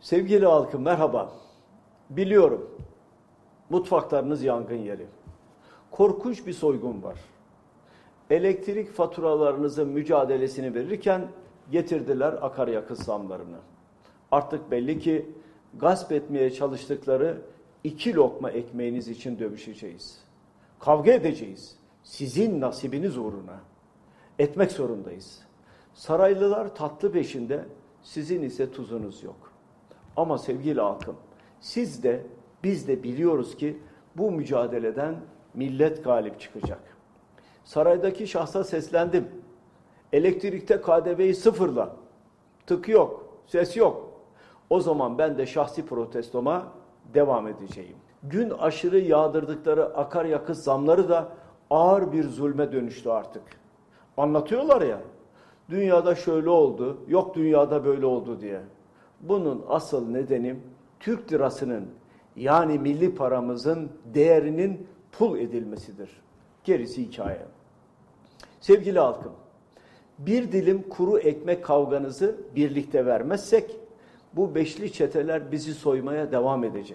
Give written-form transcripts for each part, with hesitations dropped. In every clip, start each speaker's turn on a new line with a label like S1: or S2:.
S1: Sevgili halkım merhaba. Biliyorum mutfaklarınız yangın yeri. Korkunç bir soygun var. Elektrik faturalarınızın mücadelesini verirken getirdiler akaryakıt zamlarını. Artık belli ki gasp etmeye çalıştıkları 2 lokma ekmeğiniz için dövüşeceğiz. Kavga edeceğiz. Sizin nasibiniz uğruna. Etmek zorundayız. Saraylılar tatlı peşinde, sizin ise tuzunuz yok. Ama sevgili halkım, siz de biz de biliyoruz ki bu mücadeleden millet galip çıkacak. Saraydaki şahsa seslendim. Elektrikte KDV'yi sıfırla. Tık yok, ses yok. O zaman ben de şahsi protestoma devam edeceğim. Gün aşırı yağdırdıkları akaryakıt zamları da ağır bir zulme dönüştü artık. Anlatıyorlar ya, dünyada şöyle oldu, yok dünyada böyle oldu diye. Bunun asıl nedeni Türk lirasının yani milli paramızın değerinin pul edilmesidir. Gerisi hikaye. Sevgili halkım, bir dilim kuru ekmek kavganızı birlikte vermezsek bu beşli çeteler bizi soymaya devam edecek.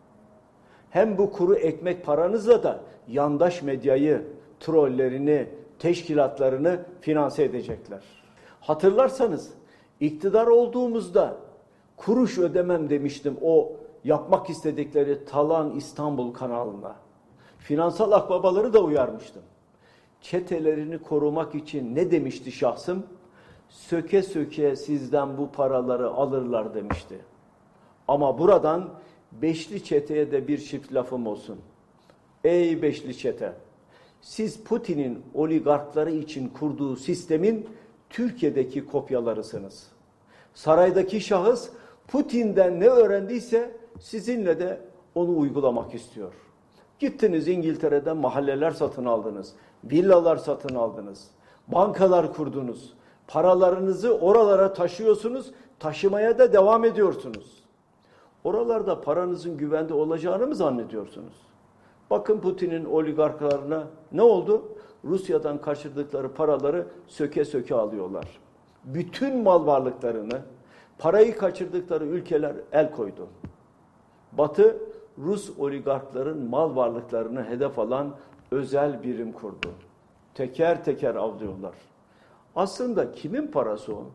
S1: Hem bu kuru ekmek paranızla da yandaş medyayı, trollerini, teşkilatlarını finanse edecekler. Hatırlarsanız iktidar olduğumuzda kuruş ödemem demiştim o yapmak istedikleri Talan İstanbul kanalına. Finansal akbabaları da uyarmıştım. Çetelerini korumak için ne demişti şahsım? Söke söke sizden bu paraları alırlar demişti. Ama buradan beşli çeteye de bir çift lafım olsun. Ey beşli çete! Siz Putin'in oligarkları için kurduğu sistemin Türkiye'deki kopyalarısınız. Saraydaki şahıs Putin'den ne öğrendiyse sizinle de onu uygulamak istiyor. Gittiniz İngiltere'den mahalleler satın aldınız, villalar satın aldınız, bankalar kurdunuz, paralarınızı oralara taşıyorsunuz, taşımaya da devam ediyorsunuz. Oralarda paranızın güvende olacağını mı zannediyorsunuz? Bakın Putin'in oligarklarına ne oldu? Rusya'dan kaçırdıkları paraları söke söke alıyorlar. Bütün mal varlıklarını, parayı kaçırdıkları ülkeler el koydu. Batı, Rus oligarkların mal varlıklarını hedef alan özel birim kurdu. Teker teker avlıyorlar. Aslında kimin parası o?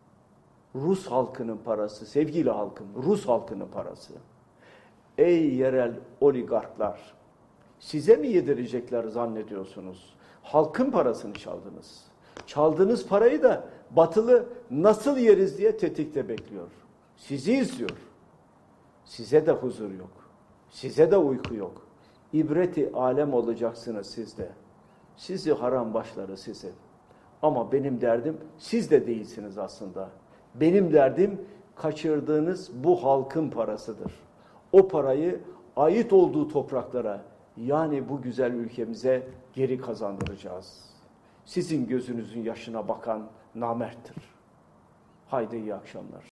S1: Rus halkının parası, sevgili halkım, Rus halkının parası. Ey yerel oligarklar, size mi yedirecekler zannediyorsunuz? Halkın parasını çaldınız. Çaldığınız parayı da batılı nasıl yeriz diye tetikte bekliyor. Sizi izliyor. Size de huzur yok. Size de uyku yok. İbreti alem olacaksınız siz de. Sizi haram başları sizi. Ama benim derdim siz de değilsiniz aslında. Benim derdim kaçırdığınız bu halkın parasıdır. O parayı ait olduğu topraklara yani bu güzel ülkemize geri kazandıracağız. Sizin gözünüzün yaşına bakan namerttir. Haydi iyi akşamlar.